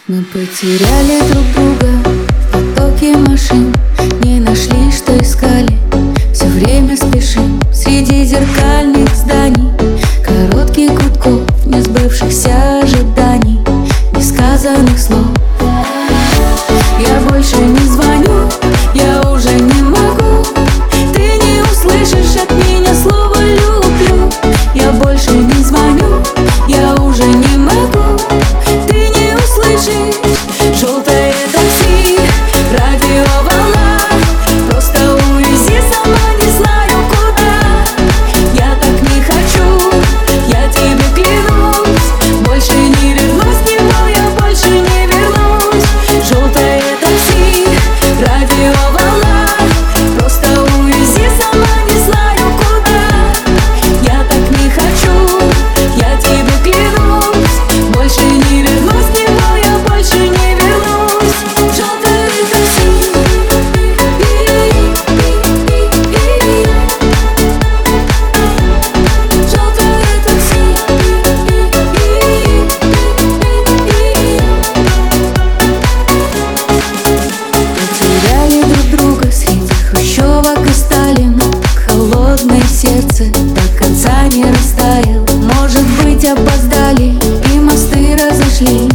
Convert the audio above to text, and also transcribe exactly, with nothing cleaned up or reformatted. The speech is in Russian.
Мы потеряли друг друга в потоке машин, не нашли, что искали, все время спешим среди зеркальных зданий, коротких гудков, несбывшихся ожиданий, несказанных слов. Я больше не звоню, я уже не могу, ты не услышишь от меня слово «люблю». Я больше не звоню, я уже не могу, ты не услышишь. Желтое такси, радиоволна, просто увези, сама не знаю куда. Я так не хочу, я тебе клянусь, больше не вернусь к нему, я больше не вернусь. Желтое такси, радиоволна, просто увези, сама не знаю куда. Я так не хочу, я тебе клянусь, больше не вернусь к нему, я больше не вернусь. Желтое такси, желтое такси. Потеряли друг друга среди хрущевок и Сталина, холодное сердце до конца не растаял. Может быть, опоздали и мосты разошлись.